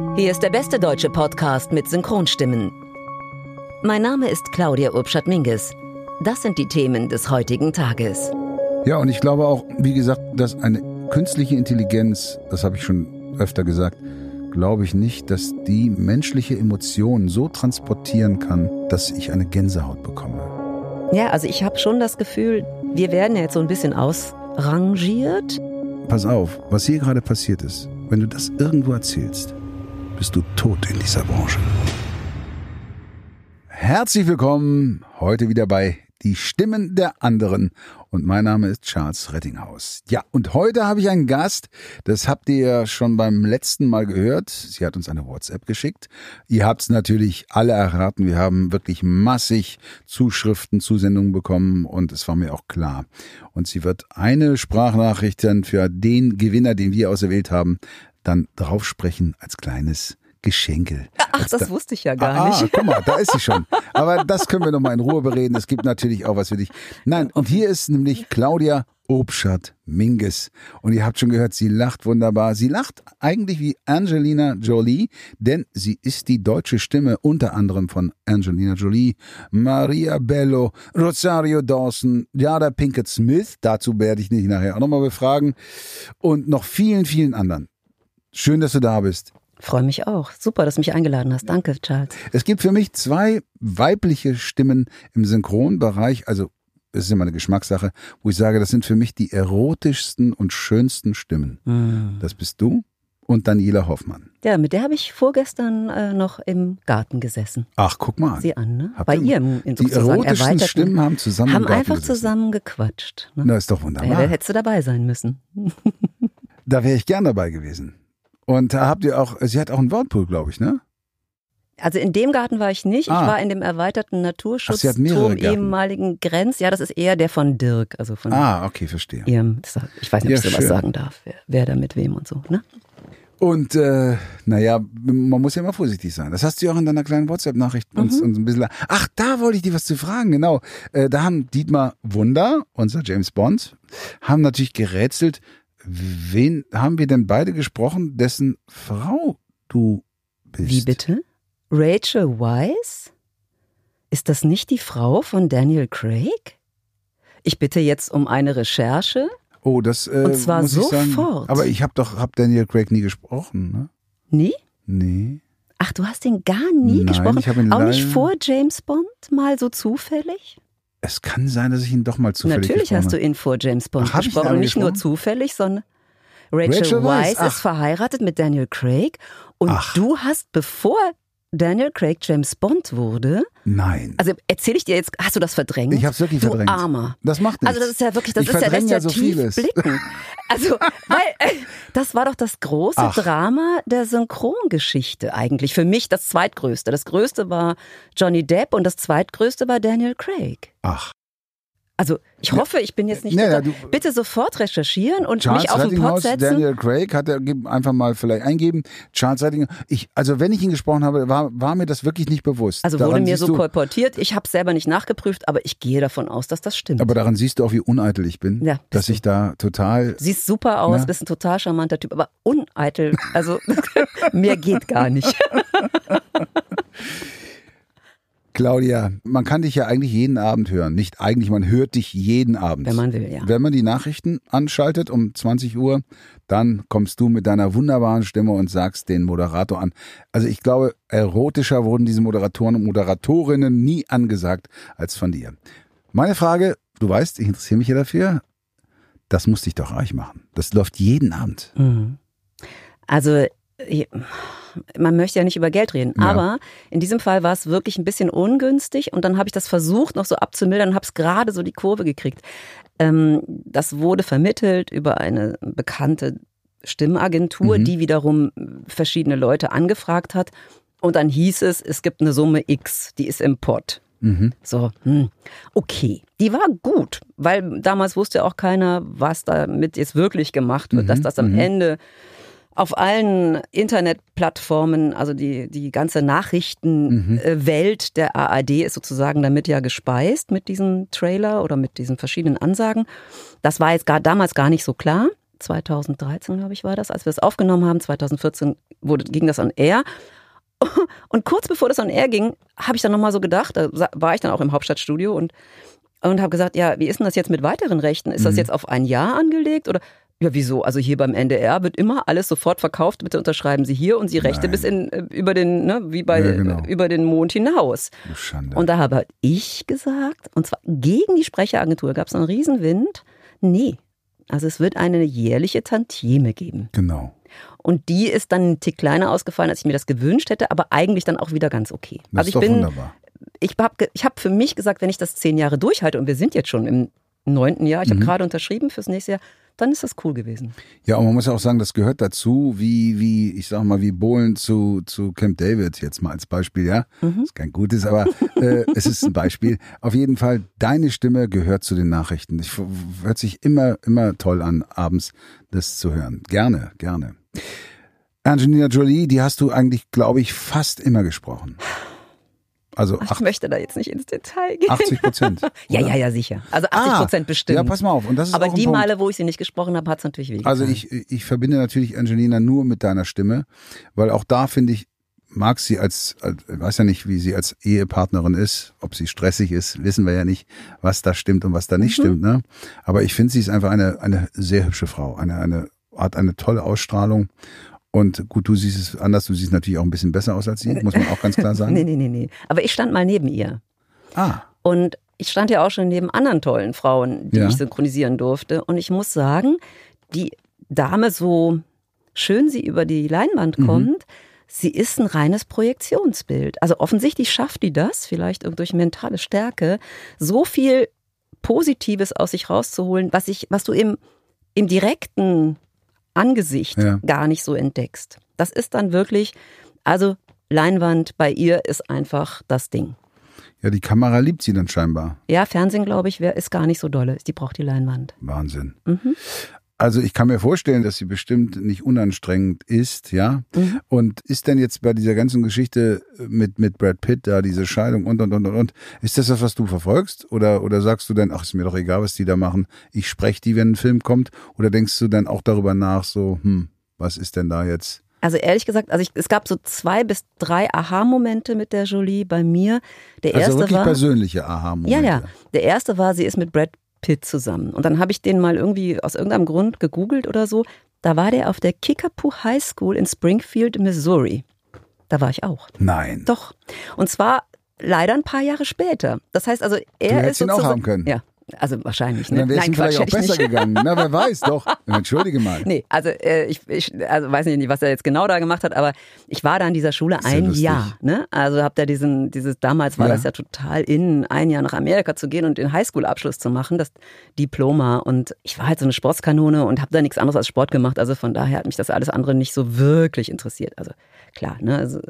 Hier ist der beste deutsche Podcast mit Synchronstimmen. Mein Name ist Claudia Urbasch-Minges. Das sind die Themen des heutigen Tages. Ja, und ich glaube auch, wie gesagt, dass eine künstliche Intelligenz, das habe ich schon öfter gesagt, glaube ich nicht, dass die menschliche Emotionen so transportieren kann, dass ich eine Gänsehaut bekomme. Ja, also ich habe schon das Gefühl, wir werden ja jetzt so ein bisschen ausrangiert. Pass auf, was hier gerade passiert ist, wenn du das irgendwo erzählst, bist du tot in dieser Branche. Herzlich willkommen, heute wieder bei Die Stimmen der anderen. Und mein Name ist Charles Rettinghaus. Ja, und heute habe ich einen Gast, das habt ihr ja schon beim letzten Mal gehört. Sie hat uns eine WhatsApp geschickt. Ihr habt es natürlich alle erraten. Wir haben wirklich massig Zuschriften, Zusendungen bekommen und es war mir auch klar. Und sie wird eine Sprachnachricht dann für den Gewinner, den wir auserwählt haben, dann drauf sprechen als kleines Geschenkel. Ach, das wusste ich ja gar nicht. Guck mal, da ist sie schon. Aber das können wir noch mal in Ruhe bereden. Es gibt natürlich auch was für dich. Nein, und hier ist nämlich Claudia Urbasch-Minges. Und ihr habt schon gehört, sie lacht wunderbar. Sie lacht eigentlich wie Angelina Jolie, denn sie ist die deutsche Stimme unter anderem von Angelina Jolie, Maria Bello, Rosario Dawson, Jada Pinkett Smith. Dazu werde ich dich nachher auch nochmal befragen. Und noch vielen, vielen anderen. Schön, dass du da bist. Freue mich auch. Super, dass du mich eingeladen hast. Danke, Charles. Es gibt für mich zwei weibliche Stimmen im Synchronbereich, also es ist immer eine Geschmackssache, wo ich sage, das sind für mich die erotischsten und schönsten Stimmen. Das bist du und Daniela Hoffmann. Ja, mit der habe ich vorgestern noch im Garten gesessen. Ach, guck mal an. Sieh an, ne? Bei ihr in die erotischsten Stimmen haben zusammen haben im Garten einfach gesessen. zusammen gequatscht. Ne? Na, ist doch wunderbar. Ja, da hättest du dabei sein müssen. Da wäre ich gern dabei gewesen. Und da habt ihr auch, sie hat auch einen Whirlpool, glaube ich, ne? Also in dem Garten war ich nicht. Ich war in dem erweiterten Naturschutzturm ehemaligen Grenz. Ja, das ist eher der von Dirk. Also von okay, verstehe. Ich weiß nicht, ob ich sowas sagen darf. Wer da mit wem und so, ne? Und naja, man muss ja immer vorsichtig sein. Das hast du ja auch in deiner kleinen WhatsApp-Nachricht uns ein bisschen... Ach, da wollte ich dir was zu fragen, genau. Da haben Dietmar Wunder, unser James Bond, haben natürlich gerätselt, wen haben wir denn beide gesprochen, dessen Frau du bist? Wie bitte? Rachel Weisz? Ist das nicht die Frau von Daniel Craig? Ich bitte jetzt um eine Recherche. Oh, das und zwar muss ich sagen. Sofort. Aber ich hab Daniel Craig nie gesprochen, ne? Nie? Nee. Ach, du hast den gar nie gesprochen? Ich hab ihn auch nicht vor James Bond, mal so zufällig? Es kann sein, dass ich ihn doch mal zufällig Natürlich hast du ihn vor James Bond gesprochen. Und nicht nur zufällig, sondern Rachel Weisz ist verheiratet mit Daniel Craig. Und du hast, bevor Daniel Craig James Bond wurde... Nein. Also erzähle ich dir jetzt, hast du das verdrängt? Ich hab's wirklich verdrängt. Du Armer. Das macht nichts. Also das ist ja wirklich, das lässt ja so tief vieles blicken. Also, weil das war doch das große Drama der Synchrongeschichte eigentlich. Für mich das zweitgrößte. Das größte war Johnny Depp und das zweitgrößte war Daniel Craig. Ach. Also ich hoffe, ich bin jetzt nicht... bitte sofort recherchieren und Charles mich auf den Pod setzen. Daniel Craig hat er einfach mal vielleicht eingeben. Charles Rettinghaus. Also wenn ich ihn gesprochen habe, war mir das wirklich nicht bewusst. Also wurde mir so kolportiert. Ich habe es selber nicht nachgeprüft, aber ich gehe davon aus, dass das stimmt. Aber daran siehst du auch, wie uneitel ich bin. Ja, dass ich da total... Siehst super aus, bist ein total charmanter Typ, aber uneitel. Also mehr geht gar nicht. Claudia, man kann dich ja eigentlich jeden Abend hören. Nicht eigentlich, man hört dich jeden Abend. Wenn man will, ja. Wenn man die Nachrichten anschaltet um 20 Uhr, dann kommst du mit deiner wunderbaren Stimme und sagst den Moderator an. Also ich glaube, erotischer wurden diese Moderatoren und Moderatorinnen nie angesagt als von dir. Meine Frage, du weißt, ich interessiere mich ja dafür, das muss dich doch reich machen. Das läuft jeden Abend. Also... Man möchte ja nicht über Geld reden, aber in diesem Fall war es wirklich ein bisschen ungünstig und dann habe ich das versucht noch so abzumildern und habe es gerade so die Kurve gekriegt. Das wurde vermittelt über eine bekannte Stimmagentur, die wiederum verschiedene Leute angefragt hat und dann hieß es gibt eine Summe X, die ist im Pott. So, okay. Die war gut, weil damals wusste auch keiner, was damit jetzt wirklich gemacht wird, dass das am Ende auf allen Internetplattformen, also die ganze Nachrichtenwelt der ARD ist sozusagen damit ja gespeist mit diesem Trailer oder mit diesen verschiedenen Ansagen. Das war jetzt damals gar nicht so klar. 2013, glaube ich, war das, als wir es aufgenommen haben. 2014 ging das on air. Und kurz bevor das on air ging, habe ich dann nochmal so gedacht, da war ich dann auch im Hauptstadtstudio und habe gesagt, ja, wie ist denn das jetzt mit weiteren Rechten? Ist das jetzt auf ein Jahr angelegt oder? Ja, wieso? Also hier beim NDR wird immer alles sofort verkauft. Bitte unterschreiben Sie hier und Sie Rechte bis über den, ne, wie bei über den Mond hinaus. Schande. Und da habe halt ich gesagt, und zwar gegen die Sprecheragentur, gab es einen Riesenwind. Nee, also es wird eine jährliche Tantieme geben. Genau. Und die ist dann ein Tick kleiner ausgefallen, als ich mir das gewünscht hätte, aber eigentlich dann auch wieder ganz okay. Das ist doch wunderbar. Ich hab für mich gesagt, wenn ich das 10 Jahre durchhalte und wir sind jetzt schon im 9. Jahr, ich habe gerade unterschrieben fürs nächste Jahr, dann ist das cool gewesen. Ja, und man muss ja auch sagen, das gehört dazu, wie ich sag mal, wie Bohlen zu Camp David, jetzt mal als Beispiel, ja. Ist kein gutes, aber es ist ein Beispiel. Auf jeden Fall, deine Stimme gehört zu den Nachrichten. Hört sich immer toll an, abends das zu hören. Gerne, gerne. Angelina Jolie, die hast du eigentlich, glaube ich, fast immer gesprochen. Also ich möchte da jetzt nicht ins Detail gehen. 80%. Ja, sicher. Also 80% bestimmt. Ja, pass mal auf. Und das ist aber auch die Punkt. Male, wo ich sie nicht gesprochen habe, hat es natürlich wehgetan. Also ich verbinde natürlich Angelina nur mit deiner Stimme, weil auch da finde ich, mag sie ich weiß ja nicht, wie sie als Ehepartnerin ist, ob sie stressig ist, wissen wir ja nicht, was da stimmt und was da nicht stimmt. Ne? Aber ich finde, sie ist einfach eine sehr hübsche Frau, hat eine tolle Ausstrahlung. Und gut, du siehst es anders, du siehst natürlich auch ein bisschen besser aus als sie, muss man auch ganz klar sagen. Nee. Aber ich stand mal neben ihr. Und ich stand ja auch schon neben anderen tollen Frauen, die ich synchronisieren durfte. Und ich muss sagen, die Dame, so schön sie über die Leinwand kommt, sie ist ein reines Projektionsbild. Also offensichtlich schafft die das, vielleicht durch mentale Stärke, so viel Positives aus sich rauszuholen, was du im direkten Angesicht gar nicht so entdeckst. Das ist dann wirklich, also Leinwand bei ihr ist einfach das Ding. Ja, die Kamera liebt sie dann scheinbar. Ja, Fernsehen, glaube ich, ist gar nicht so dolle. Die braucht die Leinwand. Wahnsinn. Also ich kann mir vorstellen, dass sie bestimmt nicht unanstrengend ist, ja. Und ist denn jetzt bei dieser ganzen Geschichte mit Brad Pitt da diese Scheidung und, ist das, was du verfolgst? Oder sagst du dann, ach, ist mir doch egal, was die da machen, ich spreche die, wenn ein Film kommt? Oder denkst du dann auch darüber nach, so, was ist denn da jetzt? Also ehrlich gesagt, es gab so 2 bis 3 Aha-Momente mit der Jolie bei mir. Der erste also wirklich war persönliche Aha-Momente. Ja. Der erste war, sie ist mit Brad Pitt zusammen. Und dann habe ich den mal irgendwie aus irgendeinem Grund gegoogelt oder so. Da war der auf der Kickapoo High School in Springfield, Missouri. Da war ich auch. Nein. Doch. Und zwar leider ein paar Jahre später. Das heißt also, er du ist hättest ihn auch haben können. Ja. Also wahrscheinlich, ne? Dann wäre es vielleicht auch besser gegangen. Na, wer weiß, doch. Entschuldige mal. Nee, also ich weiß nicht, was er jetzt genau da gemacht hat, aber ich war da in dieser Schule ein Jahr. Ne? Also habt ihr damals war das ja total in, ein Jahr nach Amerika zu gehen und den Highschool-Abschluss zu machen, das Diploma. Und ich war halt so eine Sportskanone und habe da nichts anderes als Sport gemacht. Also von daher hat mich das alles andere nicht so wirklich interessiert. Also klar, ne? Also,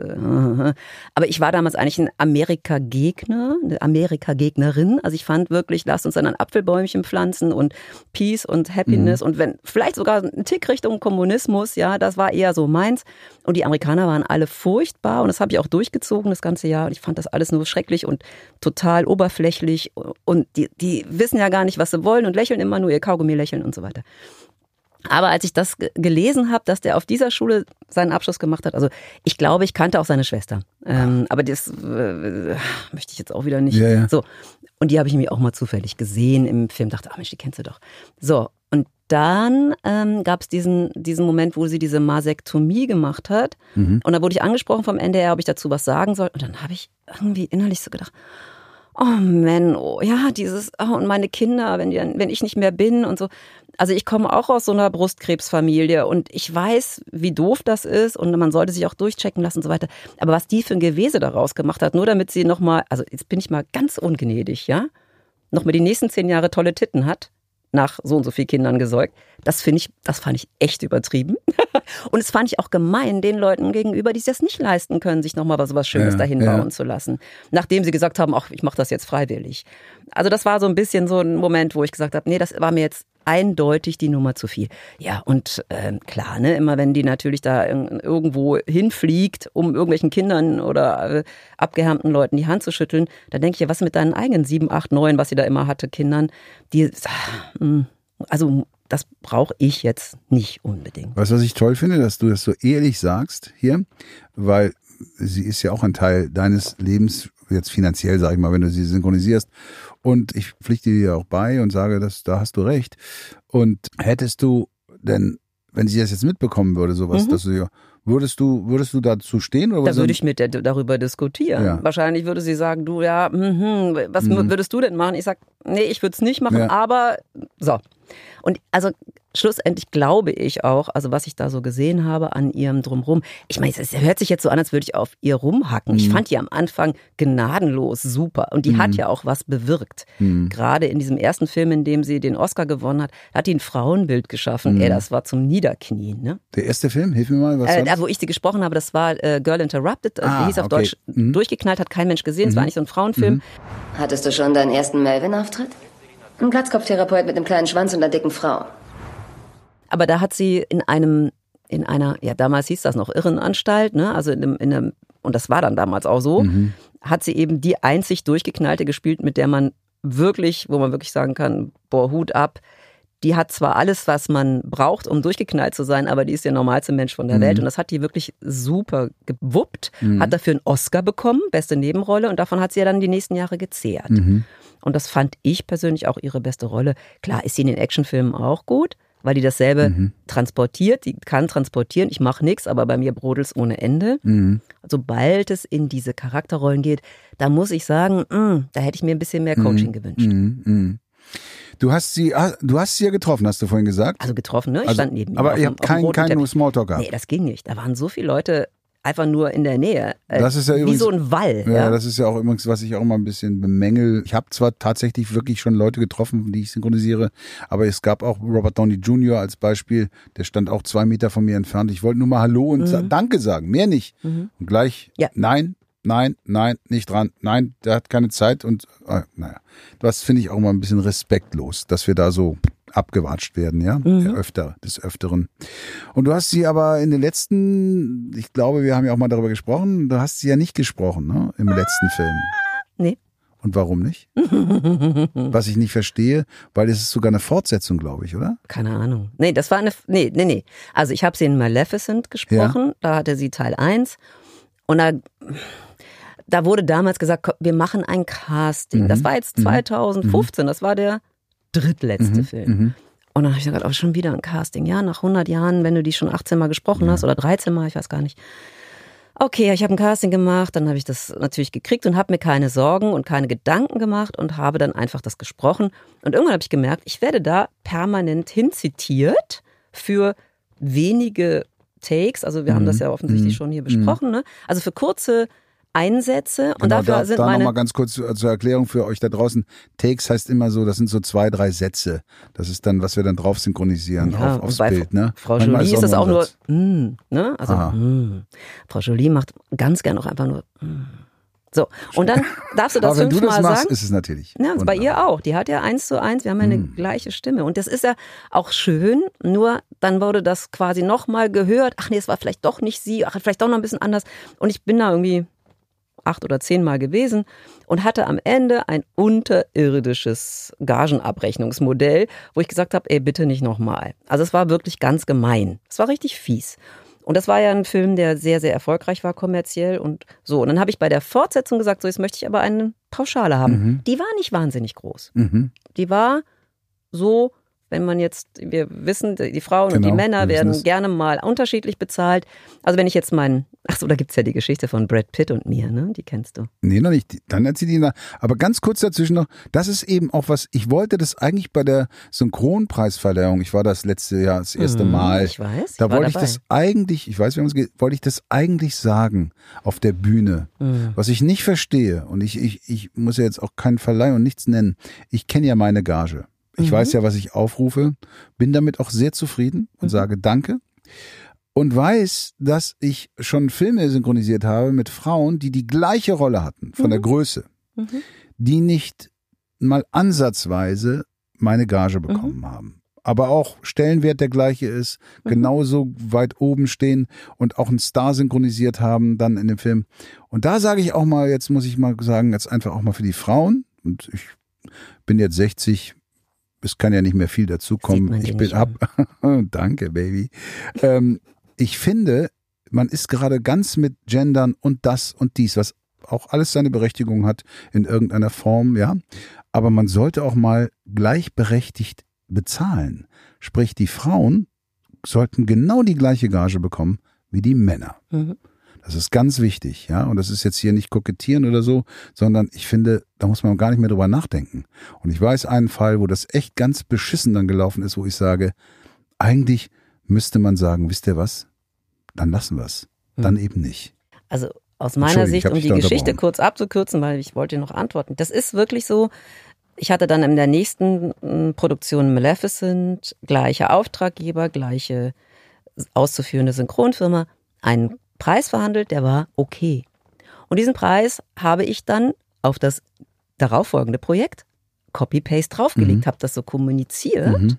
aber ich war damals eigentlich ein Amerika-Gegner, eine Amerika-Gegnerin. Also ich fand wirklich, lasst uns dann ein Apfelbäumchen pflanzen und Peace und Happiness und wenn vielleicht sogar ein Tick Richtung Kommunismus, ja, das war eher so meins. Und die Amerikaner waren alle furchtbar und das habe ich auch durchgezogen das ganze Jahr. Und ich fand das alles nur schrecklich und total oberflächlich und die wissen ja gar nicht, was sie wollen und lächeln immer nur ihr Kaugummi lächeln und so weiter. Aber als ich das gelesen habe, dass der auf dieser Schule seinen Abschluss gemacht hat, also ich glaube, ich kannte auch seine Schwester. Aber das möchte ich jetzt auch wieder nicht. Ja. So. Und die habe ich mir auch mal zufällig gesehen im Film, dachte, Mensch, die kennst du doch. So, und dann gab es diesen Moment, wo sie diese Masektomie gemacht hat. Und da wurde ich angesprochen vom NDR, ob ich dazu was sagen soll. Und dann habe ich irgendwie innerlich so gedacht, oh Mann, und meine Kinder, wenn ich nicht mehr bin und so. Also ich komme auch aus so einer Brustkrebsfamilie und ich weiß, wie doof das ist und man sollte sich auch durchchecken lassen und so weiter. Aber was die für ein Gewese daraus gemacht hat, nur damit sie nochmal, also jetzt bin ich mal ganz ungnädig, ja, nochmal die nächsten 10 Jahre tolle Titten hat, nach so und so viel Kindern gesäugt, das fand ich echt übertrieben. Und es fand ich auch gemein den Leuten gegenüber, die sich das nicht leisten können, sich nochmal so was Schönes dahin bauen zu lassen. Nachdem sie gesagt haben, ach, ich mache das jetzt freiwillig. Also das war so ein bisschen so ein Moment, wo ich gesagt habe, nee, das war mir jetzt eindeutig die Nummer zu viel. Ja, und klar, ne, immer wenn die natürlich da irgendwo hinfliegt, um irgendwelchen Kindern oder abgehärmten Leuten die Hand zu schütteln, dann denke ich ja, was mit deinen eigenen 7, 8, 9, was sie da immer hatte, Kindern, also das brauche ich jetzt nicht unbedingt. Weißt du, was ich toll finde, dass du das so ehrlich sagst hier, weil sie ist ja auch ein Teil deines Lebens, jetzt finanziell, sag ich mal, wenn du sie synchronisierst. Und ich pflichte dir auch bei und sage, da hast du recht. Und hättest du denn, wenn sie das jetzt mitbekommen würde, sowas, dass du würdest du dazu stehen? Oder da würde ich mit der darüber diskutieren. Ja. Wahrscheinlich würde sie sagen, du, ja, was würdest du denn machen? Ich sag, nee, ich würde es nicht machen, aber so. Und also schlussendlich glaube ich auch, also was ich da so gesehen habe an ihrem Drumherum, ich meine, es hört sich jetzt so an, als würde ich auf ihr rumhacken. Ich fand die am Anfang gnadenlos super und die hat ja auch was bewirkt. Gerade in diesem ersten Film, in dem sie den Oscar gewonnen hat die ein Frauenbild geschaffen. Das war zum Niederknien. Ne? Der erste Film, hilf mir mal, was war das? Wo ich sie gesprochen habe, das war Girl Interrupted, die hieß auf Deutsch Durchgeknallt, hat kein Mensch gesehen, es war eigentlich so ein Frauenfilm. Hattest du schon deinen ersten Melvin-Auftritt? Ein Glatzkopftherapeut mit einem kleinen Schwanz und einer dicken Frau. Aber da hat sie in einer, ja damals hieß das noch Irrenanstalt, ne? Also in einem, und das war dann damals auch so, hat sie eben die einzig Durchgeknallte gespielt, mit der man wirklich, wo man wirklich sagen kann, boah, Hut ab. Die hat zwar alles, was man braucht, um durchgeknallt zu sein, aber die ist der normalste Mensch von der Welt. Und das hat die wirklich super gewuppt, hat dafür einen Oscar bekommen, beste Nebenrolle. Und davon hat sie ja dann die nächsten Jahre gezehrt. Und das fand ich persönlich auch ihre beste Rolle. Klar ist sie in den Actionfilmen auch gut, weil die dasselbe transportiert. Die kann transportieren, ich mache nichts, aber bei mir brodelt's ohne Ende. Sobald es in diese Charakterrollen geht, da muss ich sagen, da hätte ich mir ein bisschen mehr Coaching gewünscht. Du hast sie ja getroffen, hast du vorhin gesagt. Also getroffen, ne? Ich stand neben ihr. Aber ihr habt keinen Smalltalk gehabt. Nee, das ging nicht. Da waren so viele Leute einfach nur in der Nähe. Das ist ja wie übrigens, so ein Wall. Ja, das ist ja auch übrigens, was ich auch mal ein bisschen bemängel. Ich habe zwar tatsächlich wirklich schon Leute getroffen, die ich synchronisiere, aber es gab auch Robert Downey Jr. als Beispiel, der stand auch 2 Meter von mir entfernt. Ich wollte nur mal Hallo und Danke sagen, mehr nicht. Und gleich, nein, nicht dran. Nein, der hat keine Zeit und naja, das finde ich auch mal ein bisschen respektlos, dass wir da so abgewatscht werden, ja, des Öfteren. Und du hast sie aber in den letzten, ich glaube, wir haben ja auch mal darüber gesprochen, du hast sie ja nicht gesprochen, ne, im letzten Film. Nee. Und warum nicht? Was ich nicht verstehe, weil es ist sogar eine Fortsetzung, glaube ich, oder? Keine Ahnung. Nee, das war eine, nee. Also ich habe sie in Maleficent gesprochen, da hatte sie Teil 1 und da wurde damals gesagt, wir machen ein Casting. Das war jetzt 2015, das war der drittletzte Film. Und dann habe ich gesagt, oh, schon wieder ein Casting. Ja, nach 100 Jahren, wenn du die schon 18 Mal gesprochen hast oder 13 Mal, ich weiß gar nicht. Okay, ich habe ein Casting gemacht, dann habe ich das natürlich gekriegt und habe mir keine Sorgen und keine Gedanken gemacht und habe dann einfach das gesprochen. Und irgendwann habe ich gemerkt, ich werde da permanent hinzitiert für wenige Takes. Also wir haben das ja offensichtlich schon hier besprochen. Ne? Also für kurze Einsätze und genau, dafür sind da meine... nochmal ganz kurz zur Erklärung für euch da draußen. Takes heißt immer so, das sind so 2, 3 Sätze. Das ist dann, was wir dann drauf synchronisieren aufs Bild. Ne? Frau Jolie ist das auch nur ne? Also Frau Jolie macht ganz gern auch einfach nur So, und dann darfst du das 5-mal sagen. Aber wenn du das machst, ist es natürlich. Ja, bei ihr auch. Die hat ja 1:1, wir haben ja eine gleiche Stimme. Und das ist ja auch schön, nur dann wurde das quasi nochmal gehört. Ach nee, es war vielleicht doch nicht sie, ach, vielleicht doch noch ein bisschen anders. Und ich bin da irgendwie 8 oder 10 Mal gewesen und hatte am Ende ein unterirdisches Gagenabrechnungsmodell, wo ich gesagt habe, ey, bitte nicht nochmal. Also es war wirklich ganz gemein. Es war richtig fies. Und das war ja ein Film, der sehr, sehr erfolgreich war kommerziell und so. Und dann habe ich bei der Fortsetzung gesagt, so jetzt möchte ich aber eine Pauschale haben. Die war nicht wahnsinnig groß. Die war so, wenn man jetzt, wir wissen, die Frauen und die Männer werden gerne mal unterschiedlich bezahlt. Also wenn ich jetzt da gibt's ja die Geschichte von Brad Pitt und mir, ne? Die kennst du. Nee, noch nicht. Dann erzähl die nach. Aber ganz kurz dazwischen noch, das ist eben auch was, ich wollte das eigentlich bei der Synchronpreisverleihung, ich war das letzte Jahr das erste Mal. Ich weiß. Da wollte ich das eigentlich, ich weiß, wie es geht, wollte ich das eigentlich sagen auf der Bühne. Was ich nicht verstehe, und ich muss ja jetzt auch keinen Verleih und nichts nennen, ich kenne ja meine Gage. Ich weiß ja, was ich aufrufe, bin damit auch sehr zufrieden und sage Danke und weiß, dass ich schon Filme synchronisiert habe mit Frauen, die die gleiche Rolle hatten, von der Größe, die nicht mal ansatzweise meine Gage bekommen haben. Aber auch Stellenwert der gleiche ist, genauso weit oben stehen und auch einen Star synchronisiert haben dann in dem Film. Und da sage ich auch mal, jetzt muss ich mal sagen, jetzt einfach auch mal für die Frauen, und ich bin jetzt 60, es kann ja nicht mehr viel dazukommen. Ich bin ab. Danke, Baby. Ich finde, man ist gerade ganz mit Gendern und das und dies, was auch alles seine Berechtigung hat in irgendeiner Form, ja. Aber man sollte auch mal gleichberechtigt bezahlen. Sprich, die Frauen sollten genau die gleiche Gage bekommen wie die Männer. Mhm. Das ist ganz wichtig, ja. Und das ist jetzt hier nicht kokettieren oder so, sondern ich finde, da muss man gar nicht mehr drüber nachdenken. Und ich weiß einen Fall, wo das echt ganz beschissen dann gelaufen ist, wo ich sage, eigentlich müsste man sagen, wisst ihr was? Dann lassen wir es. Dann eben nicht. Also aus meiner Sicht, um die Geschichte kurz abzukürzen, weil ich wollte noch antworten. Das ist wirklich so. Ich hatte dann in der nächsten Produktion Maleficent, gleicher Auftraggeber, gleiche auszuführende Synchronfirma, einen Preis verhandelt, der war okay. Und diesen Preis habe ich dann auf das darauffolgende Projekt Copy-Paste draufgelegt, habe das so kommuniziert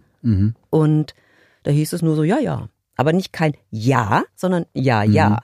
und da hieß es nur so, ja. Aber nicht kein Ja, sondern ja.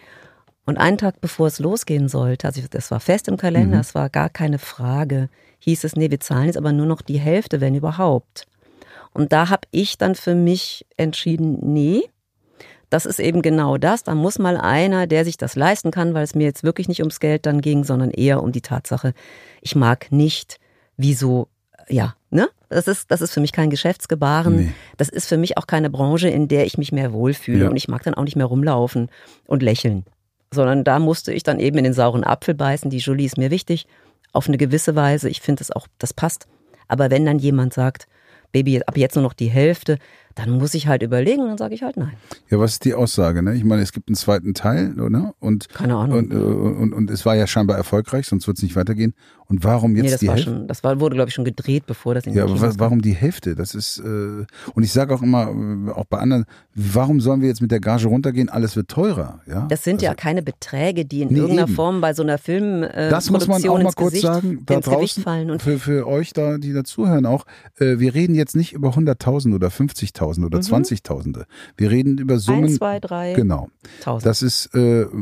Und einen Tag bevor es losgehen sollte, also das war fest im Kalender, es war gar keine Frage, hieß es, nee, wir zahlen jetzt aber nur noch die Hälfte, wenn überhaupt. Und da habe ich dann für mich entschieden, nee, das ist eben genau das. Da muss mal einer, der sich das leisten kann, weil es mir jetzt wirklich nicht ums Geld dann ging, sondern eher um die Tatsache, ich mag nicht, wieso, ja, ne? Das ist für mich kein Geschäftsgebaren. Nee. Das ist für mich auch keine Branche, in der ich mich mehr wohlfühle. Ja. Und ich mag dann auch nicht mehr rumlaufen und lächeln. Sondern da musste ich dann eben in den sauren Apfel beißen. Die Julie ist mir wichtig, auf eine gewisse Weise. Ich finde das auch, das passt. Aber wenn dann jemand sagt, Baby, ab jetzt nur noch die Hälfte, dann muss ich halt überlegen und dann sage ich halt nein. Ja, was ist die Aussage? Ne? Ich meine, es gibt einen zweiten Teil, oder? Und, keine Ahnung. Und es war ja scheinbar erfolgreich, sonst wird es nicht weitergehen. Und warum jetzt die Hälfte? Das wurde, glaube ich, schon gedreht, bevor das in die Ja, aber warum die Hälfte? Das ist, und ich sage auch immer, auch bei anderen, warum sollen wir jetzt mit der Gage runtergehen? Alles wird teurer. Ja? Das sind ja keine Beträge, die in irgendeiner Form bei so einer Filmproduktion das muss man auch mal kurz sagen, da draußen, fallen. Und für euch da, die dazuhören auch, wir reden jetzt nicht über 100.000 oder 50.000 oder 20.000. Wir reden über Summen. 1, 2, 3. Genau. 1000. Das ist,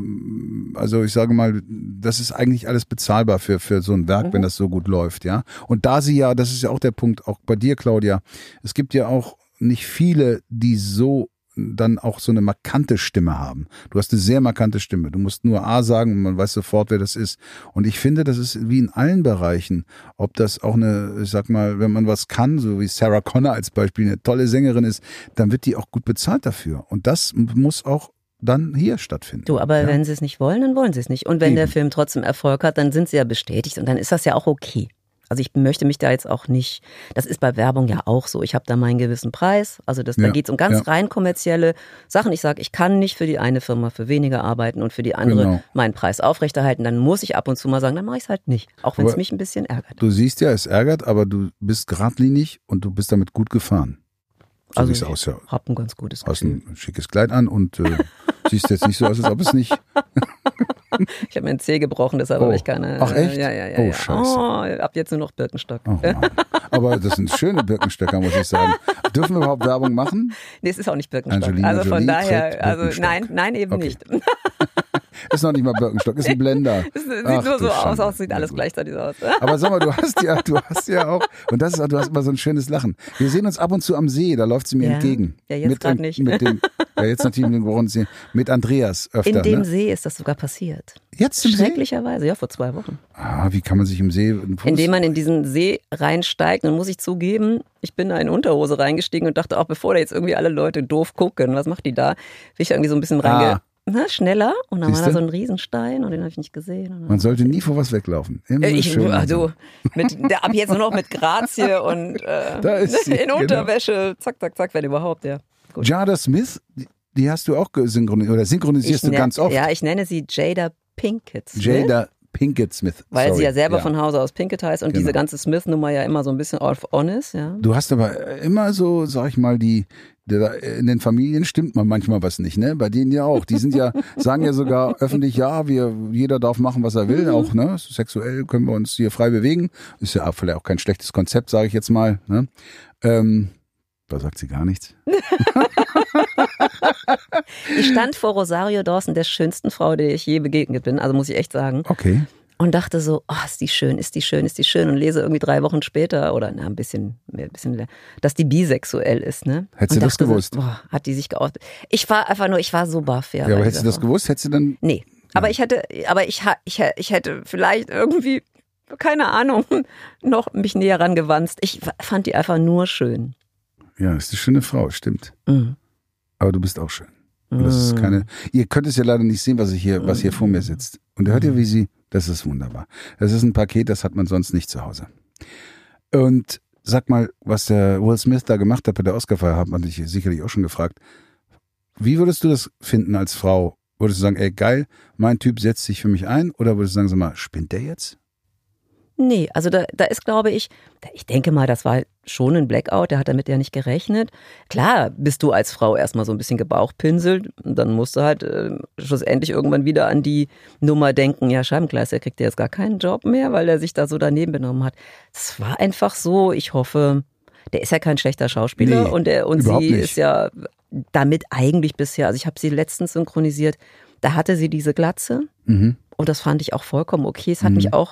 also ich sage mal, das ist eigentlich alles bezahlbar für so ein Werk, wenn das so gut läuft, ja. Und da sie ja, das ist ja auch der Punkt, auch bei dir, Claudia, es gibt ja auch nicht viele, die so dann auch so eine markante Stimme haben. Du hast eine sehr markante Stimme. Du musst nur A sagen und man weiß sofort, wer das ist. Und ich finde, das ist wie in allen Bereichen, ob das auch eine, ich sag mal, wenn man was kann, so wie Sarah Connor als Beispiel, eine tolle Sängerin ist, dann wird die auch gut bezahlt dafür. Und das muss auch dann hier stattfinden. Du, aber wenn sie es nicht wollen, dann wollen sie es nicht. Und wenn der Film trotzdem Erfolg hat, dann sind sie ja bestätigt und dann ist das ja auch okay. Also ich möchte mich da jetzt auch nicht, das ist bei Werbung ja auch so, ich habe da meinen gewissen Preis, also da geht es um ganz rein kommerzielle Sachen. Ich sage, ich kann nicht für die eine Firma für weniger arbeiten und für die andere meinen Preis aufrechterhalten, dann muss ich ab und zu mal sagen, dann mache ich es halt nicht, auch wenn es mich ein bisschen ärgert. Du siehst ja, es ärgert, aber du bist geradlinig und du bist damit gut gefahren. So also ich habe ein ganz gutes Gefühl. Hast ein schickes Kleid an und siehst jetzt nicht so aus, als ob es nicht... Ich habe meinen Zeh gebrochen, deshalb habe ich keine... Ach echt? Ja. Oh, scheiße. Ab jetzt nur noch Birkenstock. Oh, aber das sind schöne Birkenstöcker, muss ich sagen. Dürfen wir überhaupt Werbung machen? Nee, es ist auch nicht Birkenstock. Angelina also von Jolie daher, also nein, eben nicht. Ist noch nicht mal Birkenstock, ist ein Blender. Es sieht nur so aus, sieht alles gleichzeitig aus. Aber sag mal, du hast ja auch, und das ist, du hast immer so ein schönes Lachen. Wir sehen uns ab und zu am See, da läuft sie mir entgegen. Ja, jetzt gerade nicht. Jetzt natürlich mit Andreas öfter. In dem See ist das sogar passiert. Jetzt im See? Schrecklicherweise, ja, vor 2 Wochen. Wie kann man sich im See... Indem man in diesen See reinsteigt, dann muss ich zugeben, ich bin da in Unterhose reingestiegen und dachte auch, bevor da jetzt irgendwie alle Leute doof gucken, was macht die da? Bin ich irgendwie so ein bisschen schneller und dann war da so ein Riesenstein und den habe ich nicht gesehen. Man sollte nie vor was weglaufen. Immer schön ab jetzt nur noch mit Grazie und in Unterwäsche, zack, wenn überhaupt, ja. Gut. Jada Smith, die hast du auch synchronisierst du ganz oft. Ja, ich nenne sie Jada Pinkett Smith. Jada Pinkett Smith. Weil sie ja selber von Hause aus Pinkett heißt und diese ganze Smith-Nummer ja immer so ein bisschen off-on ist. Ja. Du hast aber immer so, sag ich mal, in den Familien stimmt man manchmal was nicht, ne? Bei denen ja auch. Die sind ja, sagen ja sogar öffentlich, jeder darf machen, was er will, auch, ne? Sexuell können wir uns hier frei bewegen. Ist ja vielleicht auch kein schlechtes Konzept, sage ich jetzt mal, ne? Da sagt sie gar nichts. Ich stand vor Rosario Dawson, der schönsten Frau, der ich je begegnet bin, also muss ich echt sagen. Okay. und dachte so, oh, ist die schön, ist die schön, ist die schön, und lese irgendwie 3 Wochen später oder ein bisschen mehr, dass die bisexuell ist, ne? Hättest du das gewusst? So, boah, hat die sich geoutet. Ich war so baff, ja. Ja, aber hättest du das gewusst? Hättest du dann? Nee. Aber ich hätte vielleicht irgendwie, keine Ahnung, noch mich näher rangewanzt. Ich fand die einfach nur schön. Ja, ist eine schöne Frau, stimmt. Mhm. Aber du bist auch schön. Und das ist ihr könnt es ja leider nicht sehen, was hier vor mir sitzt. Und hört ihr, wie sie, das ist wunderbar. Das ist ein Paket, das hat man sonst nicht zu Hause. Und sag mal, was der Will Smith da gemacht hat bei der Oscarfeier, hat man dich sicherlich auch schon gefragt. Wie würdest du das finden als Frau? Würdest du sagen, ey, geil, mein Typ setzt sich für mich ein? Oder würdest du sagen, sag mal, spinnt der jetzt? Nee, also da ist, glaube ich denke mal, das war schon ein Blackout, der hat damit ja nicht gerechnet. Klar bist du als Frau erstmal so ein bisschen gebauchpinselt, und dann musst du halt schlussendlich irgendwann wieder an die Nummer denken, ja, Scheibenkleister kriegt jetzt gar keinen Job mehr, weil er sich da so daneben benommen hat. Das war einfach so, ich hoffe, der ist ja kein schlechter Schauspieler, nee, und sie nicht. ist ja damit eigentlich bisher, also ich habe sie letztens synchronisiert, da hatte sie diese Glatze und das fand ich auch vollkommen okay. Es hat mich auch,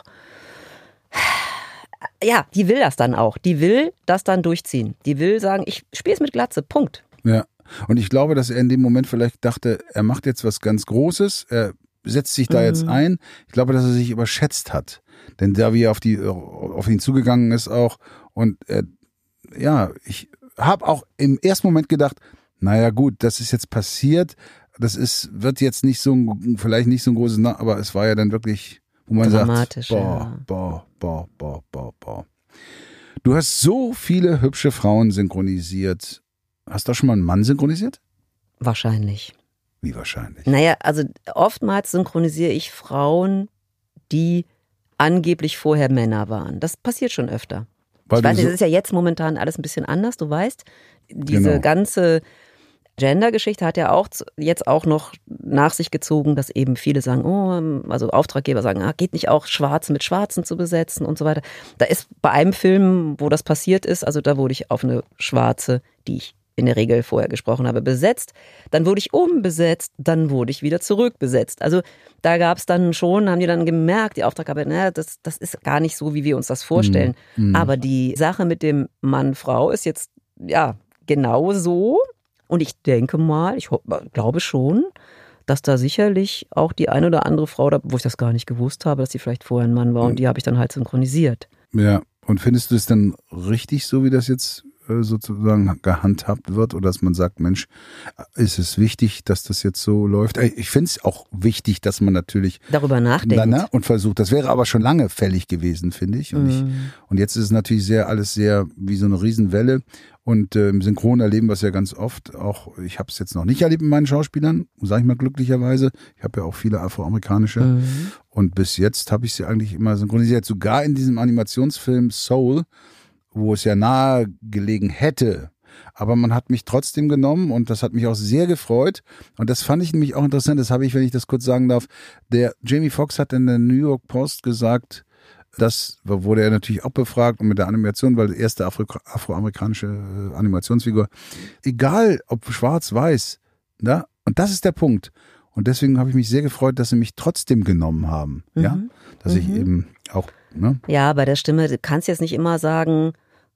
ja, die will das dann auch. Die will das dann durchziehen. Die will sagen, ich spiele es mit Glatze, Punkt. Ja, und ich glaube, dass er in dem Moment vielleicht dachte, er macht jetzt was ganz Großes, er setzt sich da jetzt ein. Ich glaube, dass er sich überschätzt hat. Denn da wie er auf ihn zugegangen ist auch, und ich habe auch im ersten Moment gedacht, naja gut, das ist jetzt passiert, wird jetzt nicht vielleicht nicht so ein großes, aber es war ja dann wirklich, wo man dramatisch, sagt, boah. Du hast so viele hübsche Frauen synchronisiert. Hast du auch schon mal einen Mann synchronisiert? Wahrscheinlich. Wie wahrscheinlich? Naja, also oftmals synchronisiere ich Frauen, die angeblich vorher Männer waren. Das passiert schon öfter. Ich weiß nicht, das ist ja jetzt momentan alles ein bisschen anders, du weißt. Diese ganze Gender-Geschichte hat ja auch jetzt auch noch nach sich gezogen, dass eben viele sagen, also Auftraggeber sagen, geht nicht auch Schwarze mit Schwarzen zu besetzen und so weiter. Da ist bei einem Film, wo das passiert ist, also da wurde ich auf eine Schwarze, die ich in der Regel vorher gesprochen habe, besetzt. Dann wurde ich umbesetzt, dann wurde ich wieder zurückbesetzt. Also da gab es dann schon, haben die dann gemerkt, die Auftraggeber, das ist gar nicht so, wie wir uns das vorstellen. Aber die Sache mit dem Mann-Frau ist jetzt, ja, genau so. Und ich denke mal, ich glaube schon, dass da sicherlich auch die eine oder andere Frau, wo ich das gar nicht gewusst habe, dass sie vielleicht vorher ein Mann war, und die habe ich dann halt synchronisiert. Ja, und findest du es dann richtig, so wie das jetzt sozusagen gehandhabt wird, oder dass man sagt, Mensch, ist es wichtig, dass das jetzt so läuft? Ich finde es auch wichtig, dass man natürlich darüber nachdenkt und versucht. Das wäre aber schon lange fällig gewesen, finde ich. Und jetzt ist es natürlich alles sehr wie so eine Riesenwelle. Und im Synchron erleben wir es ja ganz oft. Auch ich habe es jetzt noch nicht erlebt mit meinen Schauspielern, sage ich mal glücklicherweise. Ich habe ja auch viele afroamerikanische. Und bis jetzt habe ich sie eigentlich immer synchronisiert. Sogar in diesem Animationsfilm Soul, wo es ja nahe gelegen hätte. Aber man hat mich trotzdem genommen, und das hat mich auch sehr gefreut. Und das fand ich nämlich auch interessant. Das habe ich, wenn ich das kurz sagen darf, der Jamie Foxx hat in der New York Post gesagt, das wurde er natürlich auch befragt, und mit der Animation, weil die erste afroamerikanische Animationsfigur, egal ob schwarz, weiß, ne? Und das ist der Punkt. Und deswegen habe ich mich sehr gefreut, dass sie mich trotzdem genommen haben. Ja, dass ich eben auch, ne? Ja, bei der Stimme, du kannst jetzt nicht immer sagen,